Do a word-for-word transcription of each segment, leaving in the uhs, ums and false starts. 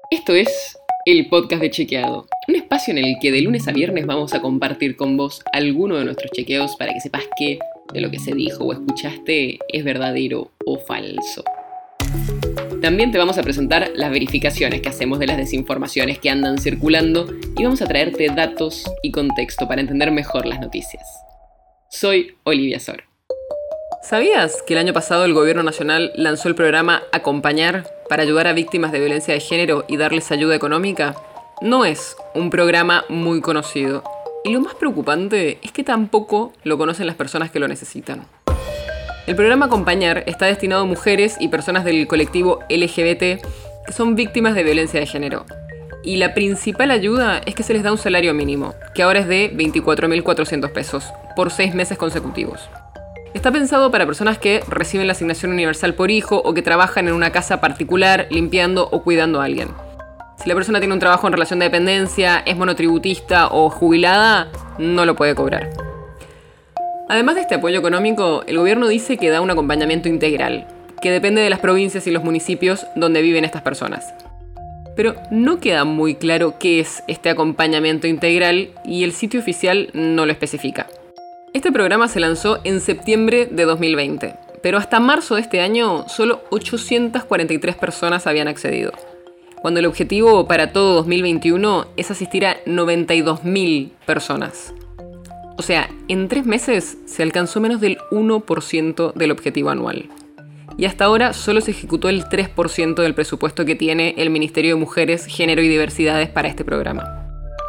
Esto es el podcast de Chequeado, un espacio en el que de lunes a viernes vamos a compartir con vos alguno de nuestros chequeos para que sepas qué de lo que se dijo o escuchaste es verdadero o falso. También te vamos a presentar las verificaciones que hacemos de las desinformaciones que andan circulando y vamos a traerte datos y contexto para entender mejor las noticias. Soy Olivia Sor. ¿Sabías que el año pasado el gobierno nacional lanzó el programa Acompañar para ayudar a víctimas de violencia de género y darles ayuda económica? No es un programa muy conocido. Y lo más preocupante es que tampoco lo conocen las personas que lo necesitan. El programa Acompañar está destinado a mujeres y personas del colectivo L G B T que son víctimas de violencia de género. Y la principal ayuda es que se les da un salario mínimo, que ahora es de veinticuatro mil cuatrocientos pesos, por seis meses consecutivos. Está pensado para personas que reciben la asignación universal por hijo o que trabajan en una casa particular limpiando o cuidando a alguien. Si la persona tiene un trabajo en relación de dependencia, es monotributista o jubilada, no lo puede cobrar. Además de este apoyo económico, el gobierno dice que da un acompañamiento integral, que depende de las provincias y los municipios donde viven estas personas. Pero no queda muy claro qué es este acompañamiento integral y el sitio oficial no lo especifica. Este programa se lanzó en septiembre de dos mil veinte, pero hasta marzo de este año solo ochocientas cuarenta y tres personas habían accedido, cuando el objetivo para todo dos mil veintiuno es asistir a noventa y dos mil personas. O sea, en tres meses se alcanzó menos del uno por ciento del objetivo anual. Y hasta ahora solo se ejecutó el tres por ciento del presupuesto que tiene el Ministerio de Mujeres, Género y Diversidades para este programa.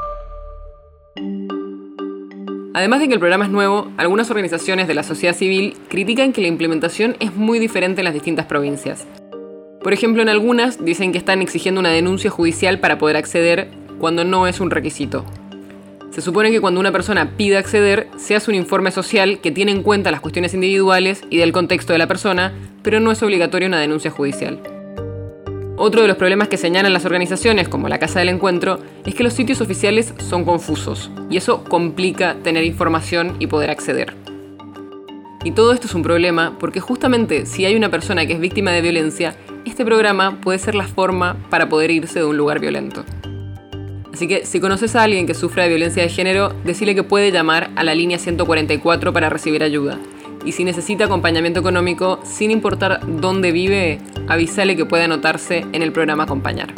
Además de que el programa es nuevo, algunas organizaciones de la sociedad civil critican que la implementación es muy diferente en las distintas provincias. Por ejemplo, en algunas dicen que están exigiendo una denuncia judicial para poder acceder cuando no es un requisito. Se supone que cuando una persona pide acceder, se hace un informe social que tiene en cuenta las cuestiones individuales y del contexto de la persona, pero no es obligatoria una denuncia judicial. Otro de los problemas que señalan las organizaciones, como la Casa del Encuentro, es que los sitios oficiales son confusos, y eso complica tener información y poder acceder. Y todo esto es un problema porque justamente si hay una persona que es víctima de violencia, este programa puede ser la forma para poder irse de un lugar violento. Así que si conoces a alguien que sufra de violencia de género, decile que puede llamar a la línea ciento cuarenta y cuatro para recibir ayuda. Y si necesita acompañamiento económico, sin importar dónde vive, avísale que puede anotarse en el programa Acompañar.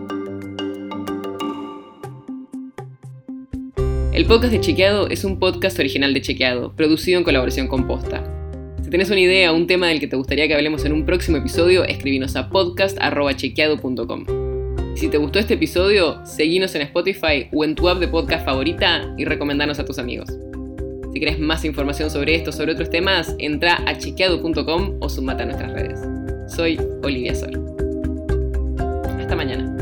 El podcast de Chequeado es un podcast original de Chequeado, producido en colaboración con Posta. Si tenés una idea o un tema del que te gustaría que hablemos en un próximo episodio, escribinos a podcast arroba chequeado punto com. Si te gustó este episodio, seguinos en Spotify o en tu app de podcast favorita y recomendanos a tus amigos. Si querés más información sobre esto o sobre otros temas, entra a chequeado punto com o sumate a nuestras redes. Soy Olivia Sor. Hasta mañana.